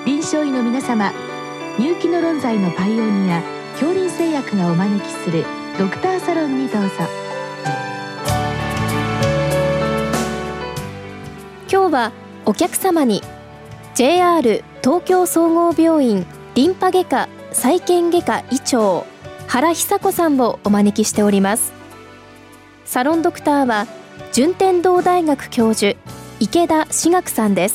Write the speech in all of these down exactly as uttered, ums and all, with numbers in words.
臨床医の皆様、入気の論剤のパイオニア恐林製薬がお招きするドクターサロンにどうぞ。 今日はお客様に ジェイアール 東京総合病院リンパ外科再建外科医長原久子さんをお招きしております。サロンドクターは順天堂大学教授池田志学さんです。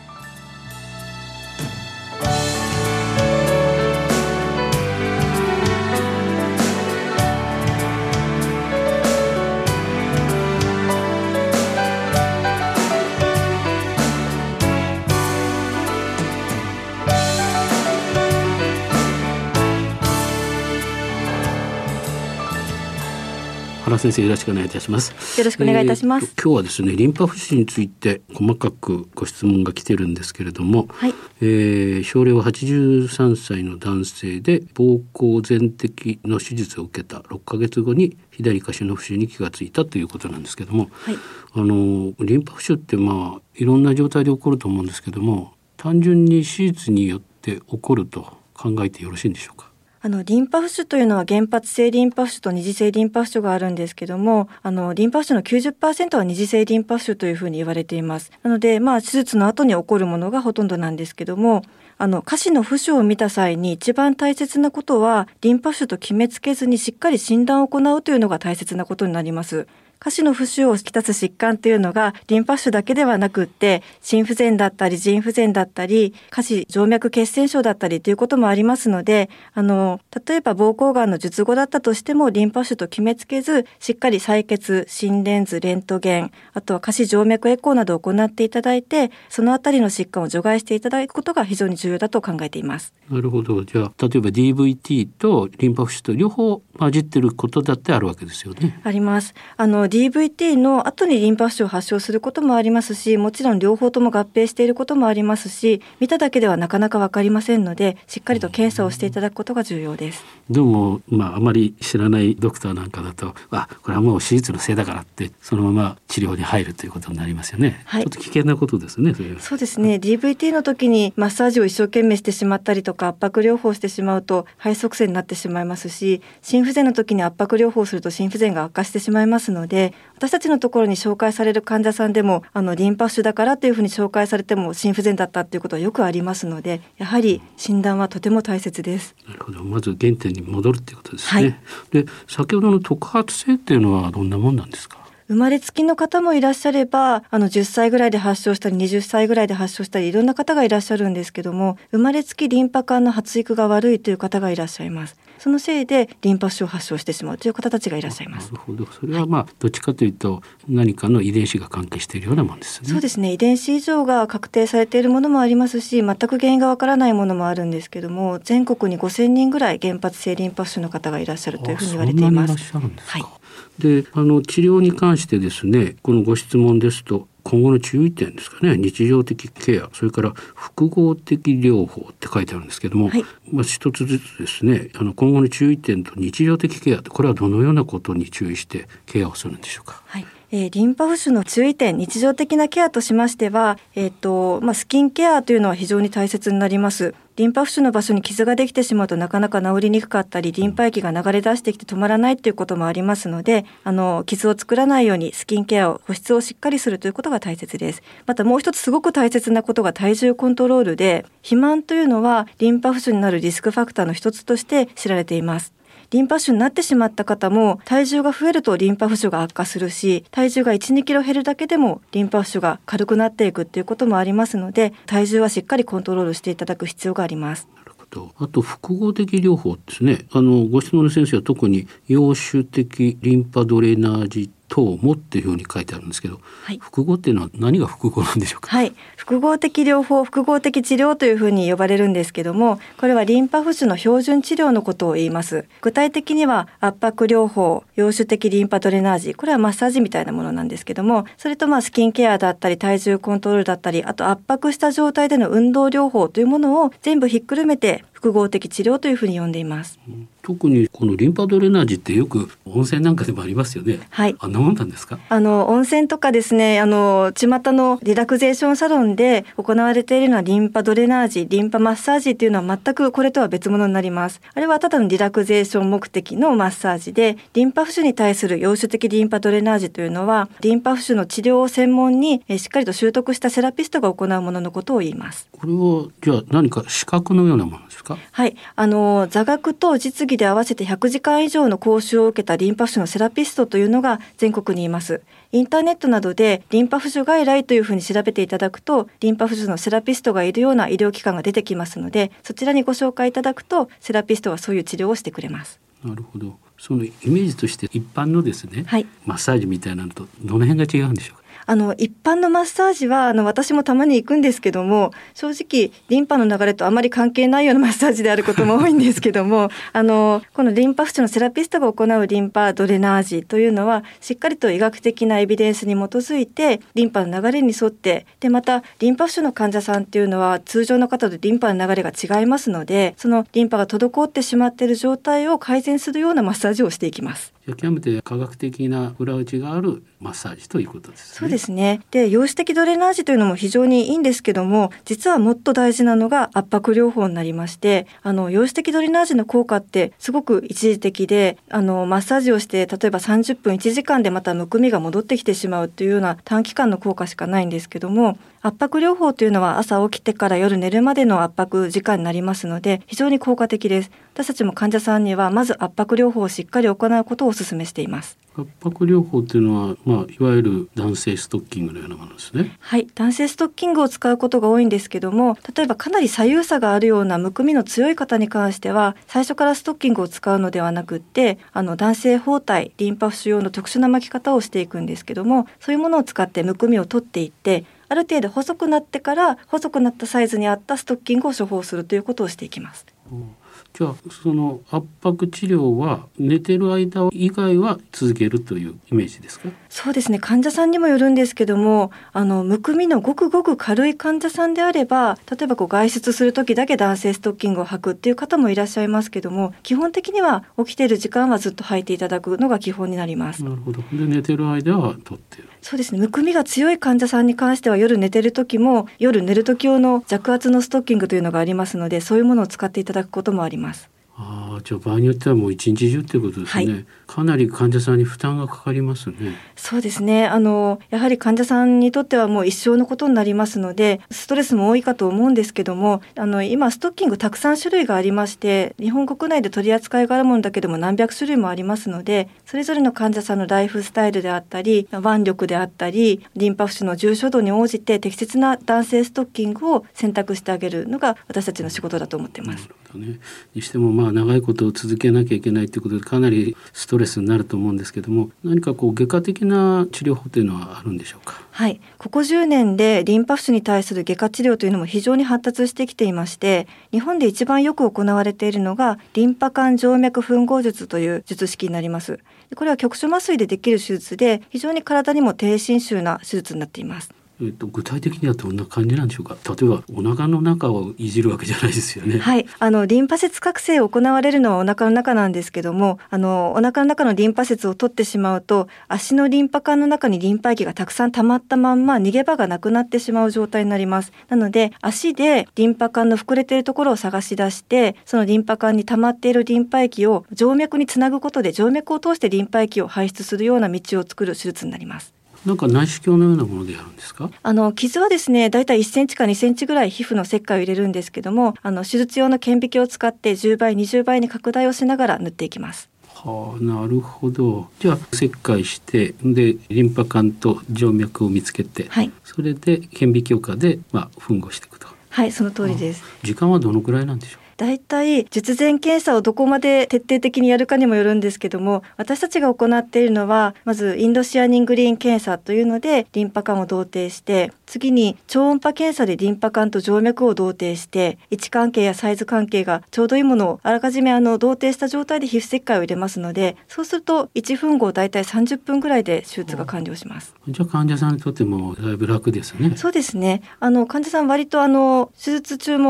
原先生、よろしくお願いいたします。 よろしくお願いいたします。 えー、今日はですね、リンパ浮腫について細かくご質問が来てるんですけれども、はい、えー、症例ははちじゅうさんさいの男性で膀胱全摘の手術を受けたろっかげつごに左下肢の浮腫に気がついたということなんですけども、はい、あのリンパ浮腫ってまあいろんな状態で起こると思うんですけども、単純に手術によって起こると考えてよろしいんでしょうか？ あのリンパ浮腫というのは原発性リンパ浮腫と二次性リンパ浮腫があるんですけども、あのリンパ浮腫の きゅうじゅっパーセント は二次性リンパ浮腫というふうに言われています。なので、まあ、手術の後に起こるものがほとんどなんですけども、あの下肢の浮腫を見た際に一番大切なことは、リンパ浮腫と決めつけずにしっかり診断を行うというのが大切なことになります。下肢の浮腫をきたつ疾患というのがリンパ浮腫だけではなくって、心不全だったり腎不全だったり下肢静脈血栓症だったりということもありますので、あの例えば膀胱がんの術後だったとしてもリンパ浮腫と決めつけず、しっかり採血、心電図、レントゲン、あとは下肢静脈エコーなどを行っていただいて、そのあたりの疾患を除外していただくことが非常に重要だと考えています。 なるほど。じゃあ例えば ディーブイティー とリンパ浮腫と両方混じってることだってあるわけですよね。 あります。あの ディーブイティー の後にリンパ浮腫を発症することもありますし、もちろん両方とも合併していることもありますし、見ただけではなかなか分かりませんので、しっかりと検査をしていただくことが重要です。 でも、まあ、あまり知らないドクターなんかだと、あ、これはもう手術のせいだからってそのまま治療に入るということになりますよね。はい、ちょっと危険なことですね。それそうですね。 ディーブイティー の時にマッサージを一生懸命してしまったりとか、圧迫療法をしてしまうと肺塞栓になってしまいますし、心不全の時に圧迫療法をすると心不全が悪化してしまいますので、私たちのところに紹介される患者さんでも、あのリンパ浮腫だからというふうに紹介されても心不全だったということはよくありますので、やはり診断はとても大切です。 なるほど。まず原点に戻るということですね。はい、で、先ほどの特発性っていうのはどんなもんなんですか？ 生まれつきの方もいらっしゃれば、あのじゅっさいぐらいで発症したり、にじゅっさいぐらいで発症したり、いろんな方がいらっしゃるんですけども、生まれつきリンパ管の発育が悪いという方がいらっしゃいます。そのせいでリンパ浮腫を発症してしまうという方たちがいらっしゃいます。 なるほど。それはまあ、はい、どっちかというと何かの遺伝子が関係しているようなもんですね。 そうですね。遺伝子異常が確定されているものもありますし、全く原因がわからないものもあるんですけども、全国にごせんにんぐらい原発性リンパ浮腫の方がいらっしゃるというふうに言われています。 そんなにいらっしゃるんですか？はい。で、あの治療に関してですね、このご質問ですと、今後の注意点ですかね、日常的ケア、それから複合的療法って書いてあるんですけども、はい、まあ、一つずつですね、あの今後の注意点と日常的ケアって、これはどのようなことに注意してケアをするんでしょうか？ はい、えー、リンパ浮腫の注意点、日常的なケアとしましては、えーとまあ、スキンケアというのは非常に大切になります。リンパ浮腫の場所に傷ができてしまうとなかなか治りにくかったり、リンパ液が流れ出してきて止まらないということもありますので、あの傷を作らないようにスキンケアを、保湿をしっかりするということが大切です。またもう一つすごく大切なことが体重コントロールで、肥満というのはリンパ浮腫になるリスクファクターの一つとして知られています。リンパ浮腫になってしまった方も、体重が増えるとリンパ浮腫が悪化するし、体重がいち、にキロ減るだけでもリンパ浮腫が軽くなっていくっていうこともありますので、体重はしっかりコントロールしていただく必要があります。 あと複合的療法ですね。あのご質問の先生は特に陽種的リンパドレナージ等もっていうふうに書いてあるんですけど、はい、複合っていうのは何が複合なんでしょうか？ はい、複合的療法、複合的治療というふうに呼ばれるんですけども、これはリンパ浮腫の標準治療のことを言います。具体的には圧迫療法、陽種的リンパドレナージ、これはマッサージみたいなものなんですけども、それとまあスキンケアだったり体重コントロールだったり、あと圧迫した状態での運動療法というものを全部ひっくるめて複複合的治療というふうに呼んでいます。 うん、特にこのリンパドレナージってよく温泉なんかでもありますよね。 はい、 あんなもんなんですか？ あの温泉とかですね、あの巷のリラクゼーションサロンで行われているのはリンパドレナージ、リンパマッサージっていうのは全くこれとは別物になります。あれはただのリラクゼーション目的のマッサージで、リンパ浮腫に対する陽種的リンパドレナージというのはリンパ浮腫の治療を専門にしっかりと習得したセラピストが行うもののことを言います。 これはじゃあ何か資格のようなものですか？ はい、あの座学と実技で合わせてひゃくじかん以上の講習を受けたリンパ浮腫のセラピストというのが全国にいます。インターネットなどでリンパ浮腫外来というふうに調べていただくと、リンパ浮腫のセラピストがいるような医療機関が出てきますので、そちらにご紹介いただくとセラピストはそういう治療をしてくれます。 なるほど。そのイメージとして一般のですね、 はい、 マッサージみたいなのとどの辺が違うんでしょうか？ あの一般のマッサージはあの私もたまに行くんですけども、正直リンパの流れとあまり関係ないようなマッサージであることも多いんですけどもあのこのリンパ浮腫のセラピストが行うリンパドレナージというのはしっかりと医学的なエビデンスに基づいてリンパの流れに沿って、でまたリンパ浮腫の患者さんっていうのは通常の方とリンパの流れが違いますので、そのリンパが滞ってしまっている状態を改善するようなマッサージをしていきます。 極めて科学的な裏打ちがあるマッサージということですね。 そうですね。で、陽子的ドレナージというのも非常にいいんですけども、実はもっと大事なのが圧迫療法になりまして、あの陽子的ドレナージの効果ってすごく一時的で、あのマッサージをして例えばさんじゅっぷんいちじかんでまたむくみが戻ってきてしまうというような短期間の効果しかないんですけども、圧迫療法というのは朝起きてから夜寝るまでの圧迫時間になりますので非常に効果的です。私たちも患者さんにはまず圧迫療法をしっかり行うことをお勧めしています。 圧迫療法というのは、まあ、いわゆる男性ストッキングのようなものですね。 はい、男性ストッキングを使うことが多いんですけども、例えばかなり左右差があるようなむくみの強い方に関しては最初からストッキングを使うのではなくって、あの男性包帯リンパ浮腫用の特殊な巻き方をしていくんですけども、そういうものを使ってむくみを取っていって、ある程度細くなってから細くなったサイズに合ったストッキングを処方するということをしていきます。 うん、じゃあその圧迫治療は寝てる間以外は続けるというイメージですか？ そうですね、患者さんにもよるんですけども、あのむくみのごくごく軽い患者さんであれば、例えばこう外出する時だけ男性ストッキングを履くっていう方もいらっしゃいますけども、基本的には起きている時間はずっと履いていただくのが基本になります。 なるほど。で寝てる間は取ってる。 そうですね、むくみが強い患者さんに関しては夜寝てる時も夜寝る時用の弱圧のストッキングというのがありますので、そういうものを使っていただくこともあります。 ああ、じゃあ場合によってはもう一日中ということですね、はい、かなり患者さんに負担がかかりますね。 そうですね、あのやはり患者さんにとってはもう一生のことになりますので、ストレスも多いかと思うんですけども、あの今ストッキングたくさん種類がありまして、日本国内で取り扱いがあるものだけでも何百種類もありますので、それぞれの患者さんのライフスタイルであったり腕力であったりリンパ浮腫の重症度に応じて適切な男性ストッキングを選択してあげるのが私たちの仕事だと思っています。 ね、にしてもまあ長いことを続けなきゃいけないということでかなりストレスになると思うんですけども、何かこう外科的な治療法というのはあるんでしょうか？ はい、ここじゅうねんでリンパ浮腫に対する外科治療というのも非常に発達してきていまして、日本で一番よく行われているのがリンパ管静脈吻合術という術式になります。これは局所麻酔でできる手術で非常に体にも低侵襲な手術になっています。 えっと、具体的にはどんな感じなんでしょうか？例えばお腹の中をいじるわけじゃないですよね。 はい、あのリンパ節覚醒を行われるのはお腹の中なんですけども、あのお腹の中のリンパ節を取ってしまうと足のリンパ管の中にリンパ液がたくさん溜まったまんま逃げ場がなくなってしまう状態になります。なので足でリンパ管の膨れているところを探し出して、そのリンパ管に溜まっているリンパ液を静脈につなぐことで静脈を通してリンパ液を排出するような道を作る手術になります。 なんか内視鏡のようなものでやるんですか？ あの傷はですね、だいたいいっセンチかにセンチぐらい皮膚の切開を入れるんですけども、あの手術用の顕微鏡を使ってじゅうばいにじゅうばいに拡大をしながら塗っていきます。 はあ、なるほど。じゃあ切開してでリンパ管と静脈を見つけて、はい、それで顕微鏡下で、まあ、吻合していくと。 はい、その通りです。 時間はどのくらいなんでしょう？ だいたい術前検査をどこまで徹底的にやるかにもよるんですけども、私たちが行っているのはまずインドシアニングリーン検査というのでリンパ管を同定して、次に超音波検査でリンパ管と静脈を同定して、位置関係やサイズ関係がちょうどいいものをあらかじめあの同定した状態で皮膚切開を入れますので、そうするといち吻合だいたいさんじゅっぷんぐらいで手術が完了します。 じゃあ患者さんにとってもだいぶ楽ですね。 そうですね、あの患者さん割とあの手術中も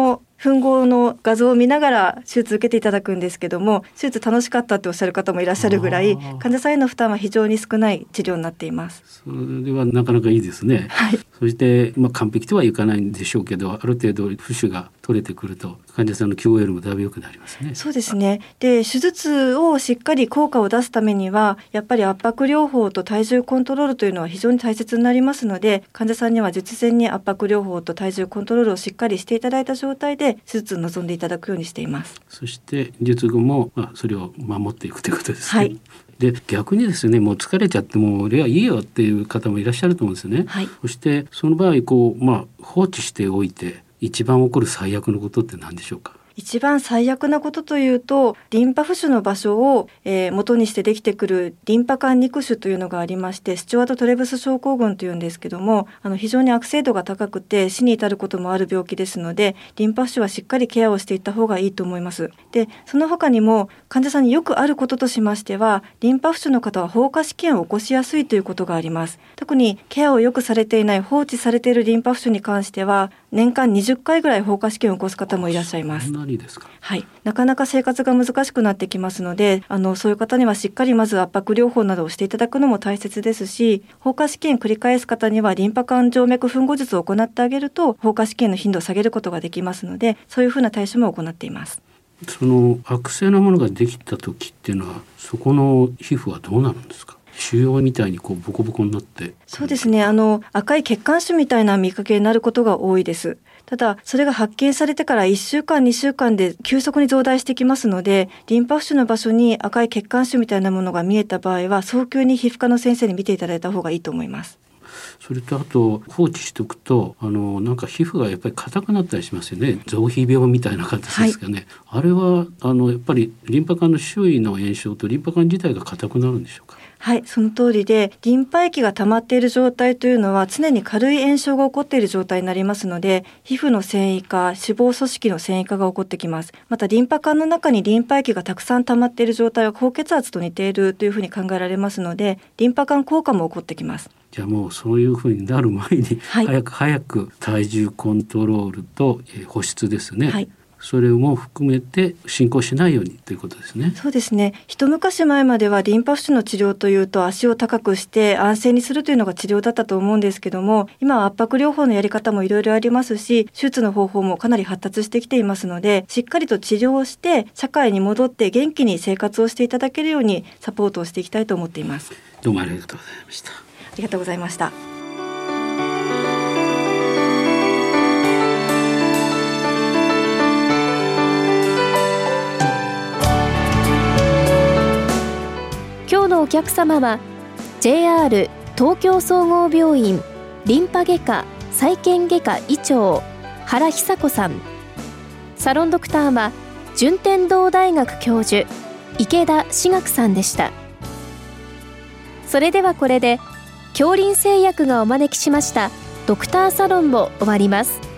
吻合の画像を見ながら手術受けていただくんですけども、手術楽しかったっておっしゃる方もいらっしゃるぐらい、患者さんへの負担は非常に少ない治療になっています。 それはなかなかいいですね。 はい、 そして、まあ、完璧とはいかないんでしょうけど、ある程度浮腫が取れてくると患者さんの キューオーエル もだいぶ良くなりますね。 そうですね。で、手術をしっかり効果を出すためにはやっぱり圧迫療法と体重コントロールというのは非常に大切になりますので、患者さんには術前に圧迫療法と体重コントロールをしっかりしていただいた状態で手術に臨んでいただくようにしています。 そして術後も、まあ、それを守っていくということですね。 はい。 で、逆にですね、もう疲れちゃってもう俺はいいよっていう方もいらっしゃると思うんですよね。 はい、 そしてその場合こう、まあ、放置しておいて一番起こる最悪のことって何でしょうか。 一番最悪なことというと、リンパ浮腫の場所を、えー、元にしてできてくるリンパ管肉腫というのがありまして、スチュワート・トレブス症候群というんですけども、あの非常に悪性度が高くて死に至ることもある病気ですので、リンパ浮腫はしっかりケアをしていった方がいいと思います。で、その他にも患者さんによくあることとしましては、リンパ浮腫の方は放火試験を起こしやすいということがあります。特にケアをよくされていない放置されているリンパ浮腫に関しては年間にじゅっかいぐらい放火試験を起こす方もいらっしゃいます。 そんなにですか。 はい、なかなか生活が難しくなってきますので、あのそういう方にはしっかりまず圧迫療法などをしていただくのも大切ですし、放火試験繰り返す方にはリンパ管静脈吻合術を行ってあげると放火試験の頻度を下げることができますので、そういうふうな対処も行っています。 その悪性なものができた時っていうのは、そこの皮膚はどうなるんですか。腫瘍みたいにこうボコボコになって。 そうですね、あの赤い血管腫みたいな見かけになることが多いです。ただそれが発見されてからいっしゅうかんにしゅうかんで急速に増大してきますので、リンパ浮腫の場所に赤い血管腫みたいなものが見えた場合は早急に皮膚科の先生に見ていただいた方がいいと思います。 それとあと放置しておくと、あのなんか皮膚がやっぱり硬くなったりしますよね。臓皮病みたいな形ですかね。はい、あれはあのやっぱりリンパ管の周囲の炎症とリンパ管自体が硬くなるんでしょうか。 はい、その通りで、リンパ液が溜まっている状態というのは常に軽い炎症が起こっている状態になりますので、皮膚の線維化、脂肪組織の線維化が起こってきます。またリンパ管の中にリンパ液がたくさん溜まっている状態は高血圧と似ているというふうに考えられますので、リンパ管硬化も起こってきます。 じゃあもうそういうふうになる前に、はい、早く早く体重コントロールと、えー、保湿ですね。はい、それも含めて進行しないようにということですね。 そうですね。一昔前まではリンパ浮腫の治療というと足を高くして安静にするというのが治療だったと思うんですけども、今は圧迫療法のやり方もいろいろありますし、手術の方法もかなり発達してきていますので、しっかりと治療をして社会に戻って元気に生活をしていただけるようにサポートをしていきたいと思っています。 どうもありがとうございました。 ありがとうございました。 今日のお客様は ジェイアール 東京総合病院リンパ外科再建外科医長原久子さん、サロンドクターは順天堂大学教授池田志学さんでした。それではこれで杏林製薬がお招きしましたドクターサロンを終わります。